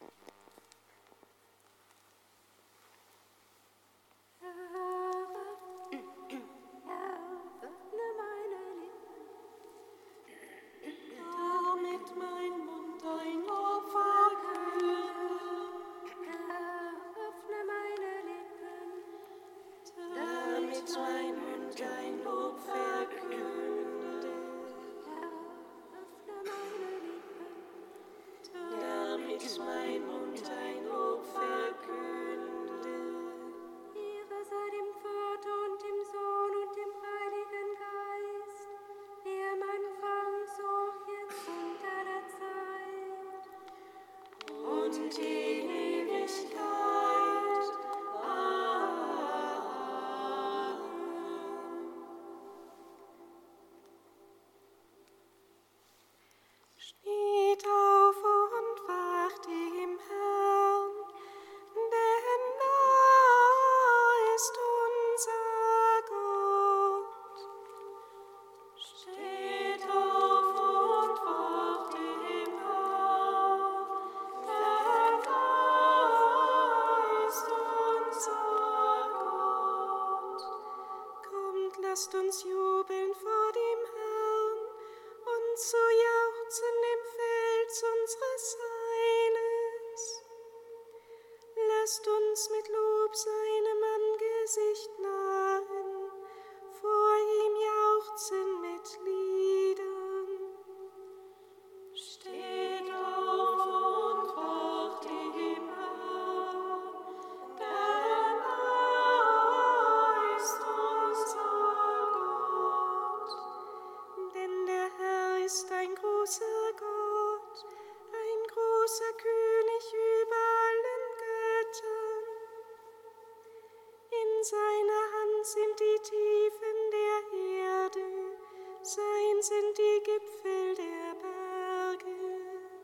Lasst uns jubeln vor dem Herrn und zu jauchzen im Fels unseres Heiles. Lasst uns mit Lob seinem Angesicht nahen, vor ihm jauchzen mit Liedern. Steht auf und wacht im Herrn, denn er ist unser Gott. Denn der Herr ist ein großer Gott, ein großer König über allen Göttern. In seiner Hand sind die Tiefen der Erde, sein sind die Gipfel der Berge.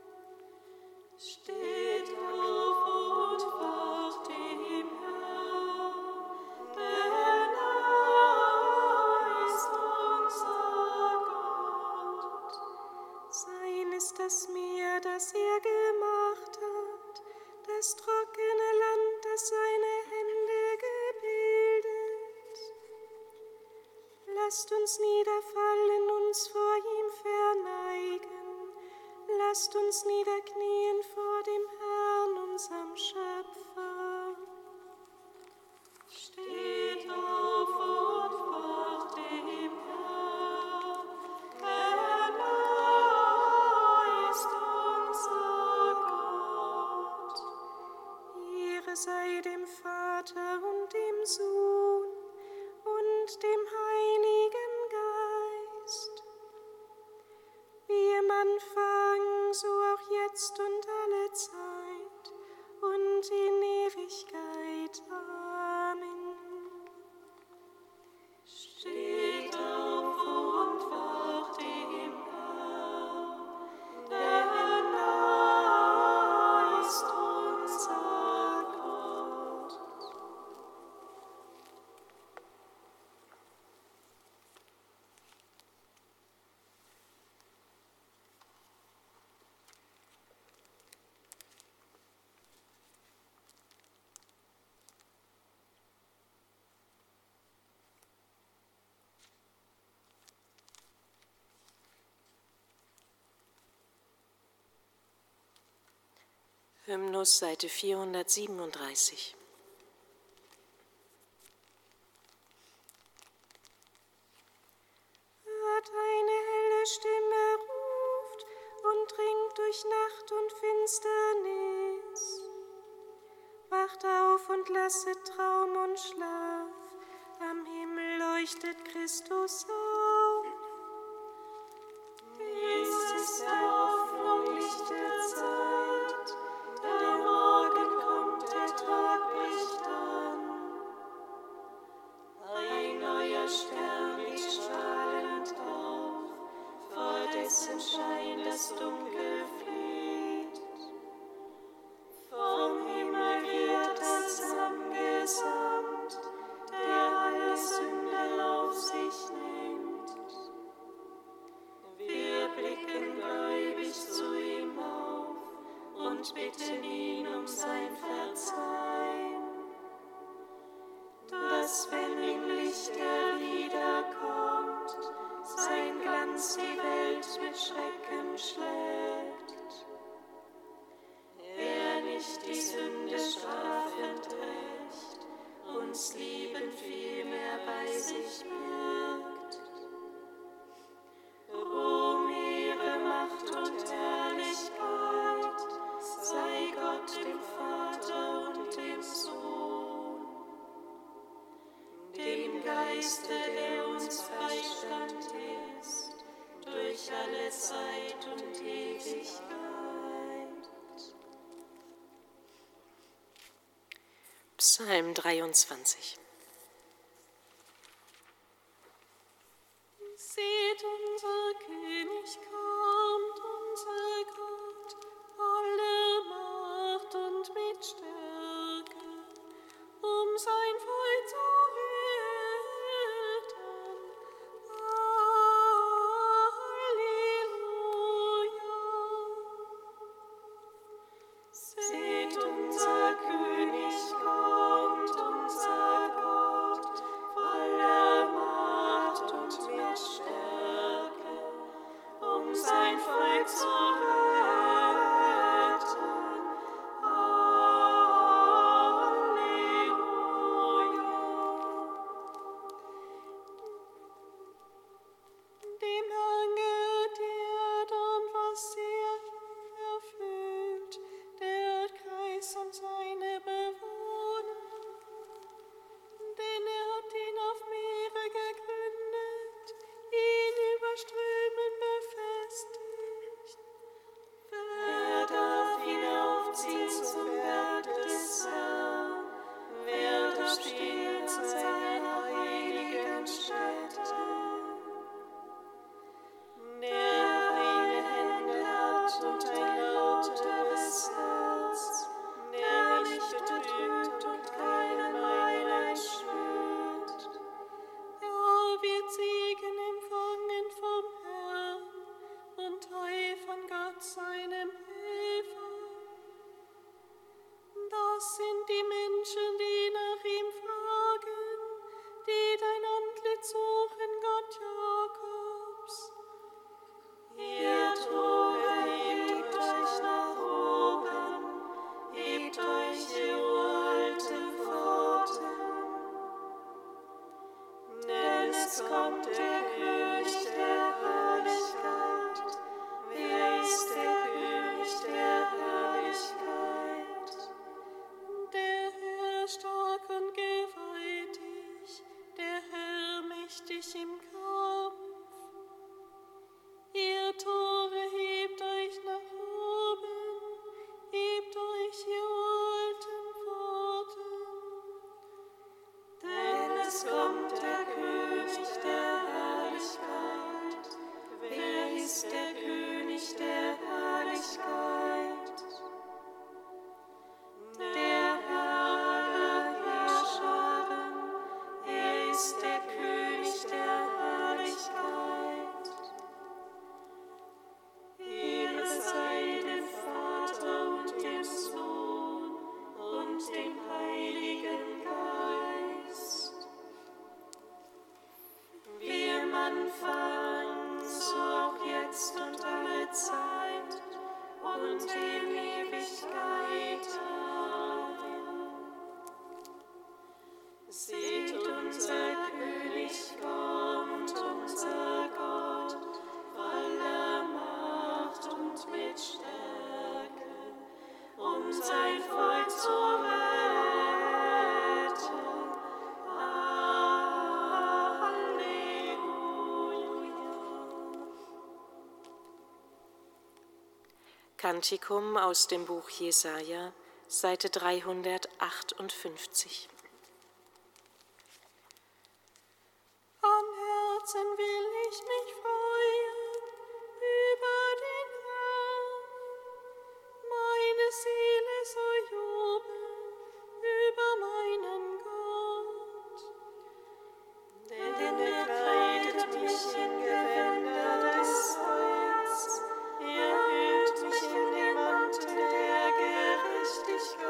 Steht auf und wacht im Herrn, denn er ist unser Gott. Sein ist das Meer, das er gemacht hat, das trockene Land, das seine Hände gebildet. Lasst uns niederfallen, uns vor ihm verneigen. Lasst uns niederknien vor dem Herrn, unserem Schöpfer. Steht auf und wacht im Herrn, denn er ist unser Gott. Ehre sei dem Vater und dem Sohn und dem Heiligen Geist, wie im Anfang, so auch jetzt und alle Zeit und in Ewigkeit. Amen. Steht auf und wacht im Herrn, denn er ist unser Gott. Hymnus, Seite 437. Hört, eine helle Stimme ruft und dringt durch Nacht und Finsternis. Wacht auf und lasset Traum und Schlaf, am Himmel leuchtet Christus auf. Dies ist der Hoffnung Licht der Zeit, der Morgen kommt, der Tag bricht an. Ein neuer Stern geht strahlend auf, vor dessen Schein das Dunkel flieht. Vom Himmel wird das Lamm gesandt, der alle Sünde auf sich nimmt. Wir blicken gläubig zu ihm auf und bitten ihn und sein Verzeihen, dass wenn im Licht er wiederkommt, sein Glanz die Welt mit Schrecken schlägt. Er nicht die Sünde strafend rächt, uns lieben vielmehr bei sich birgt. Ruhm, Ehre, Macht und Herrlichkeit sei Gott dem Vater und dem Sohn, dem Geiste, der uns Beistand ist, durch alle Zeit und Ewigkeit. Psalm 23. Seht, unser König kommt, unser Gott, voller Macht und mit Stärke, um sein Volk zu retten. Halleluja. Seht, unser König kommt, unser Gott, voller Macht und mit Stärke, um sein Volk zu retten. Halleluja. Dem Herrn gehört die Erde und was er erfüllt, der Kreis und seine Bewohner. Denn er hat ihn auf Meere gegründet, ihn über Strömen befestigt. Wer darf hinaufziehen zum Berg des Herrn? Wer darf stehen in seiner heiligen Stätte? Der reine Hände hat und ein lauteres Herz, der nicht betrügt und keine Meilen schwört. Er wird Segen empfangen vom Herrn und Heil von Gott, seinem Helfer. Das sind die Menschen, die nach ihm fragen, die dein Antlitz suchen, Gott Jakobs. Ihr Tore, hebt euch nach oben, hebt euch, ihr uralten Pforten. Denn es kommt der König der Herrlichkeit. Wer ist der König der Herrlichkeit? Der Herr stark und gewaltig, der Herr mächtig im Kampf. Ihr Tore, hebt euch nach oben, hebt euch, ihr alten Pforten. Denn es kommt der König der Herrlichkeit. Wer ist der König der Herrlichkeit? Der Herr aller Herrscharen, er ist der König der Herrlichkeit. Ehre sei dem Vater und dem Sohn und dem Heiligen Geist. Wie im Anfang, so auch jetzt und alle Zeit und in Ewigkeit. Amen. Seht, unser König kommt, unser Gott, voller Macht und mit Stärke, um sein Volk zu retten. Halleluja. Kantikum aus dem Buch Jesaja, Seite 358. Von Herzen will ich mich freuen über den Herrn. Meine Seele soll jubeln über meinen Gott. Denn er kleidet mich in Gewänder des Heils, er hüllt mich in den Mantel der Gerechtigkeit.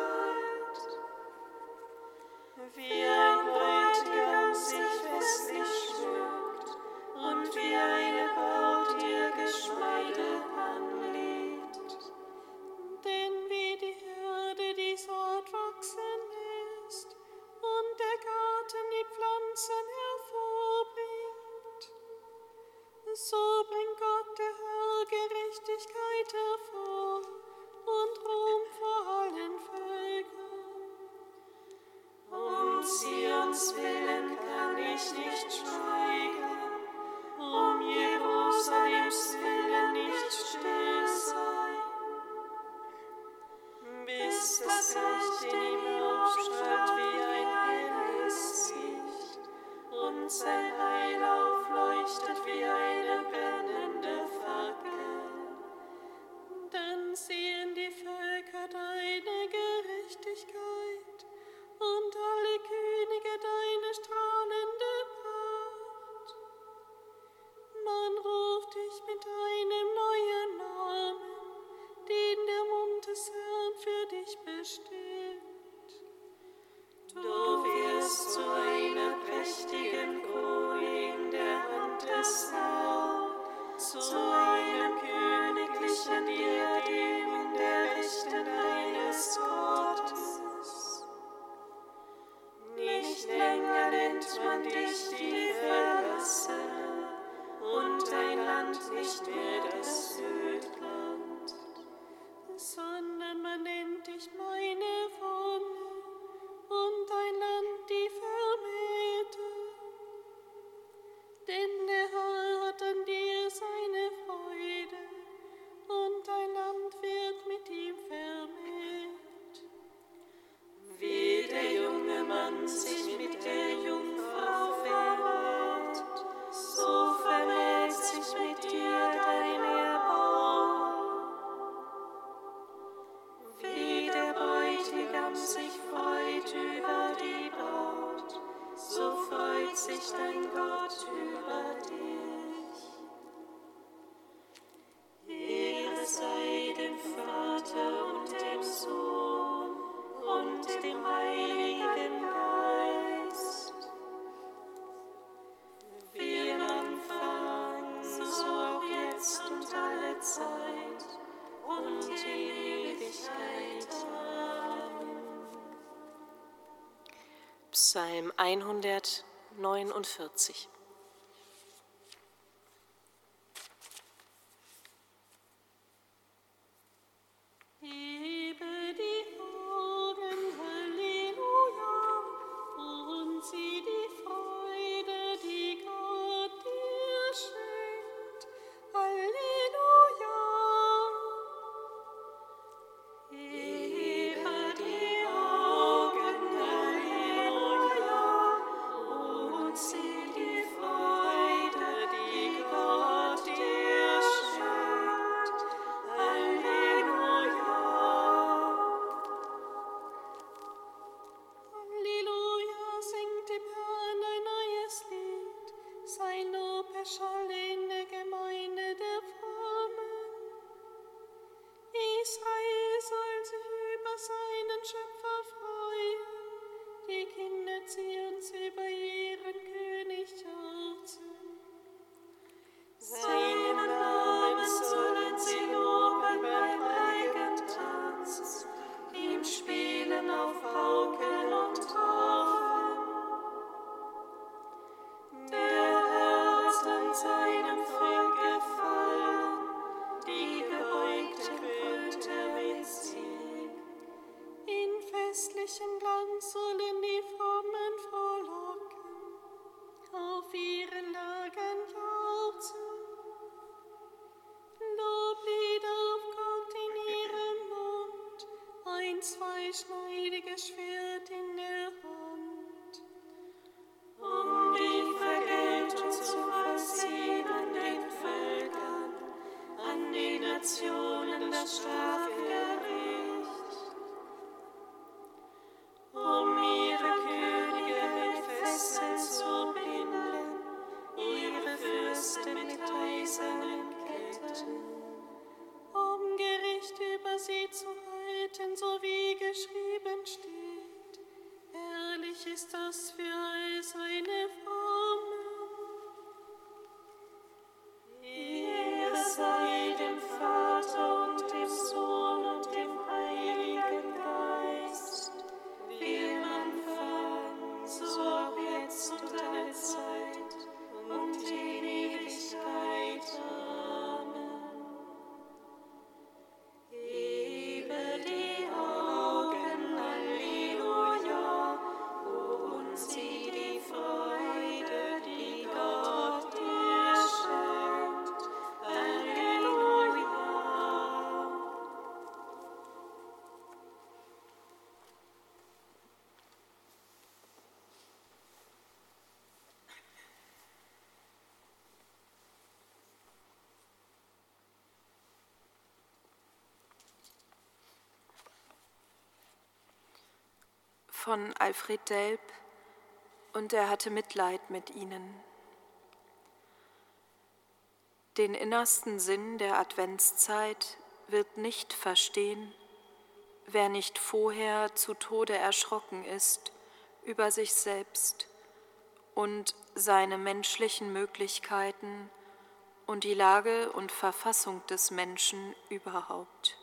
das Licht in ihm aufstrahlt wie ein helles Licht und sein Heil aufleuchtet wie eine brennende Fackel. Dann sehen die Völker deine Gerechtigkeit und alle Könige deine strahlende Pracht. Man ruft dich mit einem neuen Namen, den der Mund des Herrn für dich bestimmt. Du wirst zu einer prächtigen Krone in der Hand des Herrn, zu einem königlichen Diadem in der Rechten deines Gottes. Nicht länger nennt man dich die Verlassene und dein Land nicht mehr das Südland, sondern man nennt dich meine Wonne und dein Land die Vermählte. Denn der Herr hat an dir seine Freude und dein Land wird mit ihm vermählt. Wie der junge Mann sich mit der Jungfrau vermählt, so vermählt sich mit dir dein Erbauer. Wie der Bräutigam sich freut über die Braut, so freut sich dein Gott über dich. Ehre sei dem Vater und dem Sohn und dem Heiligen Geist. Wie am Anfang, so auch jetzt und alle Zeit und in Ewigkeit. Amen. Psalm 149. Hebe die Augen, Halleluja, und sieh die Freude, die Gott dir schenkt. Halleluja. Hebe die Augen, Halleluja, und sieh die Freude, die Gott dir schenkt. Halleluja. Halleluja, singt dem Herrn ein neues Lied, sein Lob erschalle in der Gemeinde der Frommen. Israel soll sich über seinen Schöpfer freuen, die Kinder Zions über ihren König jauchzen. Seinen Namen sollen sie loben beim Reigentanz, ihm spielen auf Pauken und Harfen. Der Herr hat an seinem Volk gefallen, die Gebeugte krönt er mit Sieg. In festlichem Glanz sollen die Frommen frohlocken, auf ihren Lagern jauchzen. Loblieder auf Gott in ihrem Mund, ein zweischneidiges Schwert in der Hand, um die Vergeltung zu vollziehen an den Völkern, an den Nationen das Strafgericht, um ihre Könige mit Fesseln zu binden, ihre Fürsten mit eisernen Ketten, um Gericht über sie zu halten, so wie geschrieben steht. Herrlich ist das für all seine Frommen. Ehre sei dem Vater und dem Sohn und dem Heiligen Geist, wie im Anfang, so auch jetzt und alle Zeit und in Ewigkeit. Amen. Hebe die Augen, Halleluja, und sieh die Freude, von Alfred Delp, und er hatte Mitleid mit ihnen. Den innersten Sinn der Adventszeit wird nicht verstehen, wer nicht vorher zu Tode erschrocken ist über sich selbst und seine menschlichen Möglichkeiten und die Lage und Verfassung des Menschen überhaupt.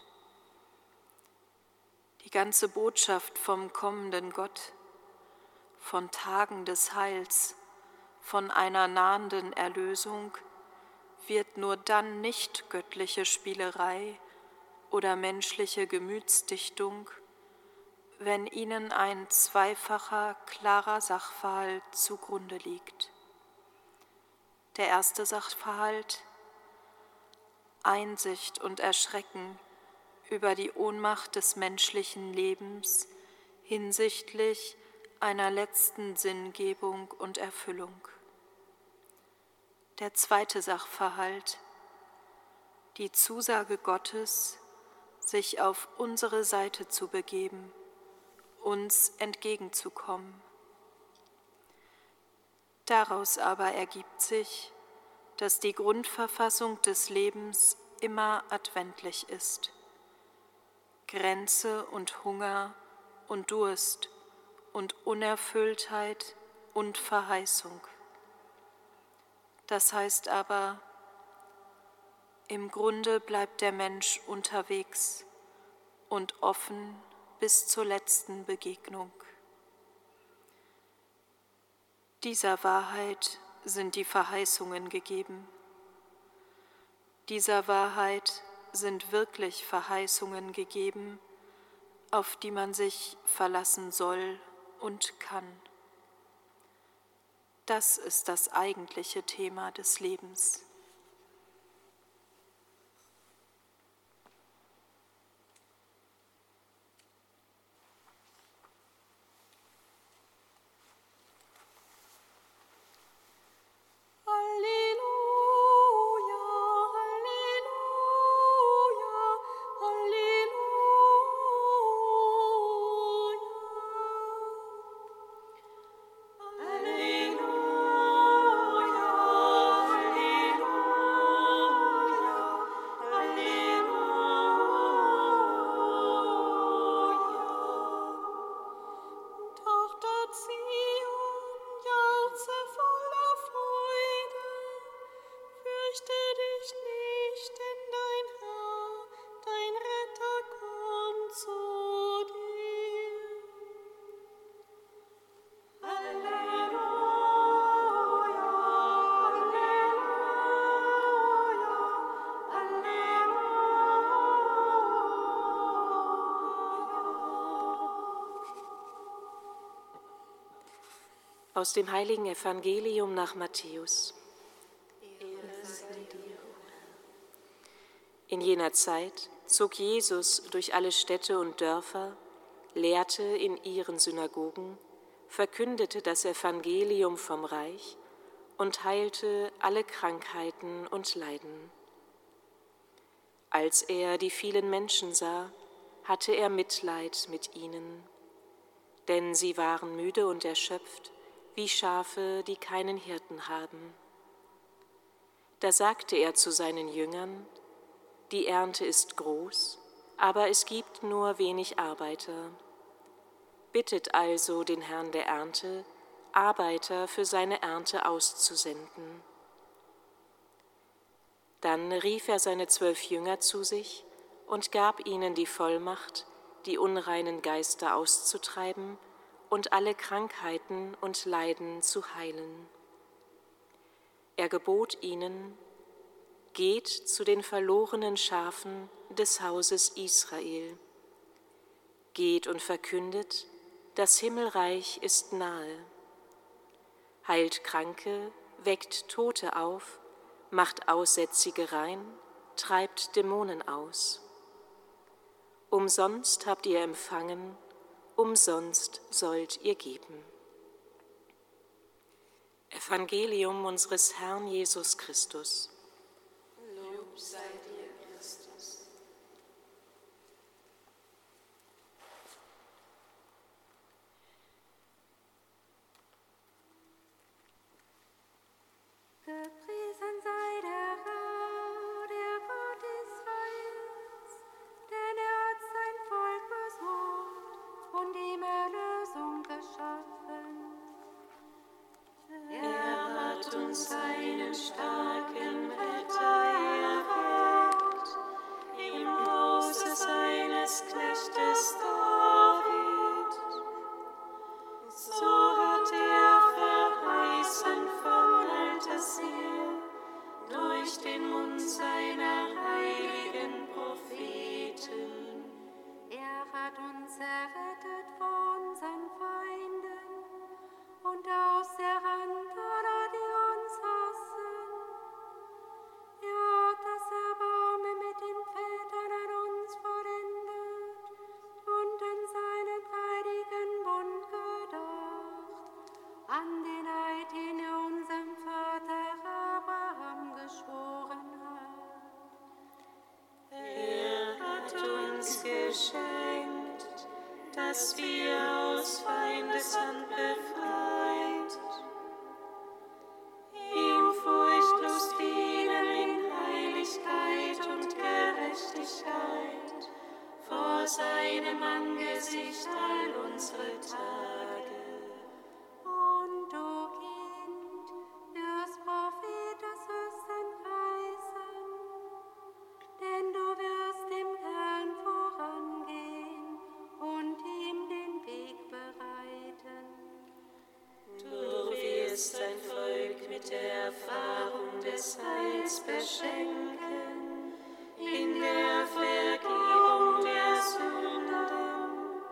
Die ganze Botschaft vom kommenden Gott, von Tagen des Heils, von einer nahenden Erlösung, wird nur dann nicht göttliche Spielerei oder menschliche Gemütsdichtung, wenn ihnen ein zweifacher, klarer Sachverhalt zugrunde liegt. Der erste Sachverhalt: Einsicht und Erschrecken über die Ohnmacht des menschlichen Lebens hinsichtlich einer letzten Sinngebung und Erfüllung. Der zweite Sachverhalt: die Zusage Gottes, sich auf unsere Seite zu begeben, uns entgegenzukommen. Daraus aber ergibt sich, dass die Grundverfassung des Lebens immer adventlich ist. Grenze und Hunger und Durst und Unerfülltheit und Verheißung. Das heißt aber, im Grunde bleibt der Mensch unterwegs und offen bis zur letzten Begegnung. Dieser Wahrheit sind die Verheißungen gegeben. Dieser Wahrheit sind wirklich Verheißungen gegeben, auf die man sich verlassen soll und kann. Das ist das eigentliche Thema des Lebens. Aus dem heiligen Evangelium nach Matthäus. In jener Zeit zog Jesus durch alle Städte und Dörfer, lehrte in ihren Synagogen, verkündete das Evangelium vom Reich und heilte alle Krankheiten und Leiden. Als er die vielen Menschen sah, hatte er Mitleid mit ihnen, denn sie waren müde und erschöpft, wie Schafe, die keinen Hirten haben. Da sagte er zu seinen Jüngern: Die Ernte ist groß, aber es gibt nur wenig Arbeiter. Bittet also den Herrn der Ernte, Arbeiter für seine Ernte auszusenden. Dann rief er seine 12 Jünger zu sich und gab ihnen die Vollmacht, die unreinen Geister auszutreiben und alle Krankheiten und Leiden zu heilen. Er gebot ihnen: Geht zu den verlorenen Schafen des Hauses Israel. Geht und verkündet, das Himmelreich ist nahe. Heilt Kranke, weckt Tote auf, macht Aussätzige rein, treibt Dämonen aus. Umsonst habt ihr empfangen, umsonst sollt ihr geben. Evangelium unseres Herrn Jesus Christus. Lob sei dir, Christus. Gepriesen sei der Herr, der Gott Israels, denn hat sein Volk besucht und ihm Erlösung geschaffen. Hat uns seinen starken Retter erweckt, im Hause seines Knechtes David. So hat verheißen von alters her, durch den Mund seiner heiligen Propheten. Hat uns errettet vor unseren Feinden und aus der Hand aller, die uns hassen. Hat das Erbarmen mit den Vätern an uns vollendet und an seinen heiligen Bund gedacht, an den Eid, den unserem Vater Abraham geschworen hat. Hat uns geschenkt, dass wir aus Feindeshand befreit, ihm furchtlos dienen in Heiligkeit und Gerechtigkeit, vor seinem Angesicht all unsere Tage. Und du, Kind, wirst Prophet des Höchsten preisen, denn du wirst dem Herrn vorangehen und ihm den Weg bereiten. Du wirst dein Volk mit der Erfahrung des Heils beschenken, in der Vergebung der Sünden.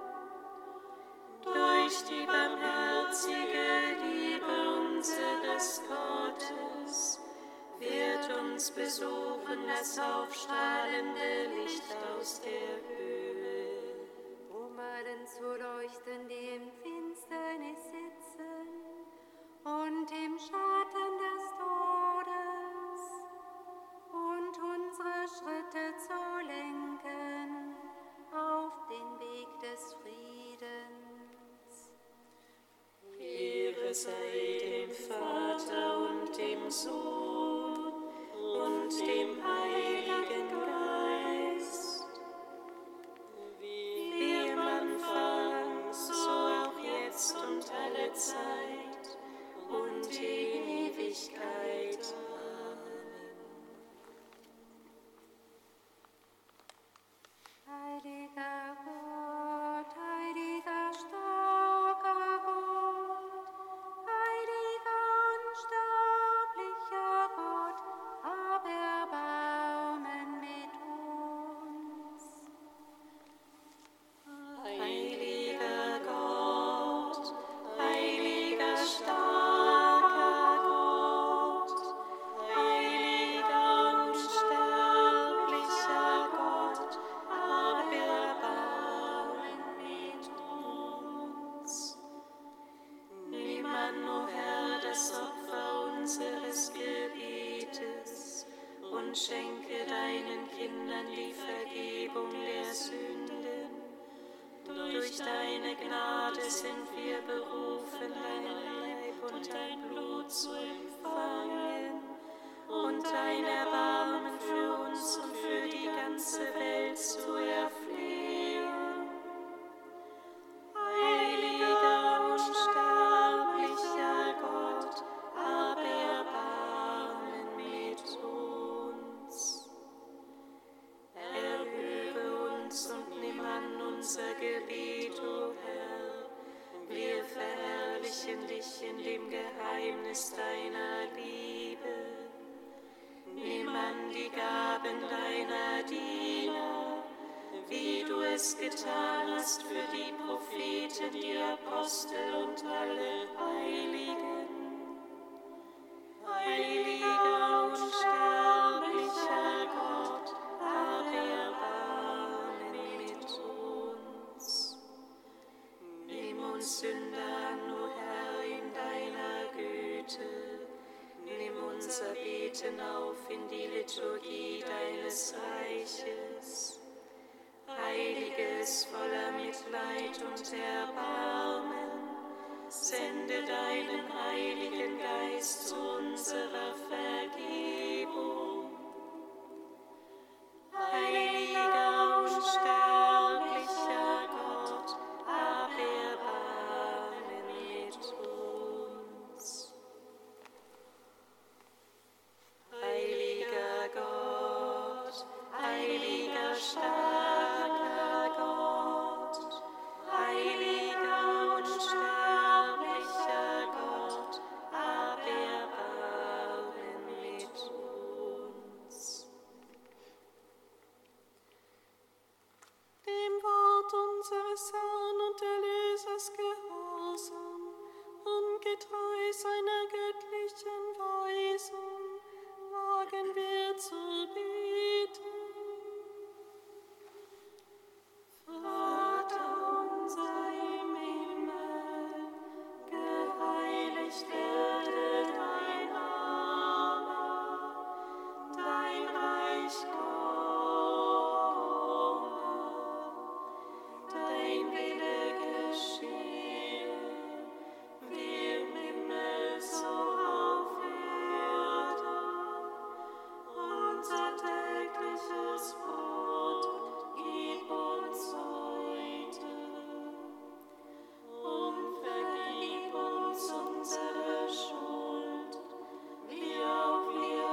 Durch die barmherzige Liebe unseres Gottes wird uns besuchen das aufstrahlende Licht aus der Höhe. Um allen zu leuchten, die im Finsternis sitzen und im Schatten des Todes, und unsere Schritte zu lenken auf den Weg des Friedens. Ehre sei dem Vater und dem Sohn und dem Heiligen Geist, wie im Anfang, so auch jetzt und alle Zeit und in Ewigkeit. Heiliger Gott, heiliger, starker Gott, heiliger, unsterblicher Gott, hab Erbarmen mit uns. Heiliger Gott, heiliger, starker Gott, heiliger, unsterblicher Gott, hab Erbarmen mit uns. Nimm an, o Herr, das Opfer unseres Gebietes und schenke deinen Kindern die Vergebung der Sünden. Durch deine Gnade sind wir berufen, dein Leib und dein Blut zu empfangen und dein Erbarmen für uns und für die ganze Welt zu erflehen. Heiliger, unsterblicher Gott, hab Erbarmen mit uns. Erhöre uns und nimm an unser Gebet, o Herr. Wir verherrlichen dich in dem Geheimnis deiner Liebe. Nimm an die Gaben deiner Diener, wie du es getan hast für die Propheten, die Apostel und alle Heiligen. Heiliger, unsterblicher Gott, hab Erbarmen mit uns. Nimm uns Sünder an, o Herr, in deiner Güte. Nimm unser Beten auf in die Liturgie deines Reiches. Heiliges, voller Mitleid und Erbarmen, sende deinen Heiligen Geist zu unserer Vergebung. Heiliger, unsterblicher Gott, hab Erbarmen mit uns. Heiliger Gott, heiliger, starker Gott, heiliger, unsterblicher Gott, hab Erbarmen mit uns. Dem Wort unseres Herrn und Erlösers gehorsam und getreu seiner göttlichen Weisung, wagen wir zu beten. Vater unser im Himmel, geheiligt werde dein Name, dein Reich komme, dein Wille geschehe, wie im Himmel so auf Erden. Unser tägliches Brot gib uns heute und vergib uns unsere Schuld, wie auch wir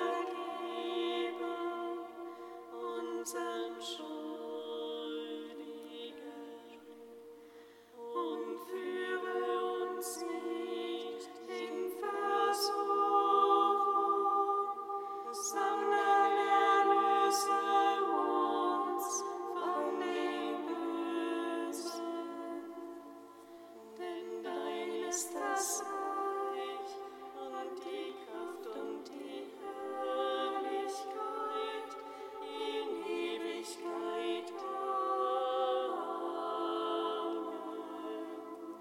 vergeben unseren Schuldigen. Und führe uns nicht in Versuchung, sondern erlöse uns von dem Bösen. Denn dein ist das Reich und die Kraft und die Herrlichkeit in Ewigkeit. Amen.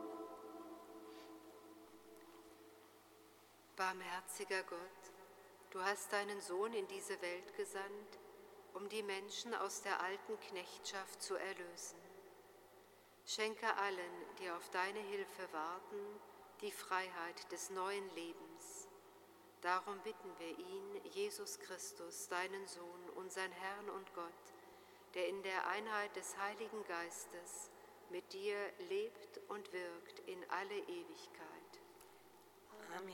Barmherziger Gott, du hast deinen Sohn in diese Welt gesandt, um die Menschen aus der alten Knechtschaft zu erlösen. Schenke allen, die auf deine Hilfe warten, die Freiheit des neuen Lebens. Darum bitten wir ihn, Jesus Christus, deinen Sohn, unseren Herrn und Gott, der in der Einheit des Heiligen Geistes mit dir lebt und wirkt in alle Ewigkeit. Amen.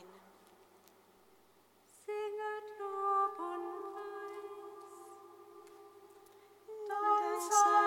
Singet Lob und Preis. Dein sei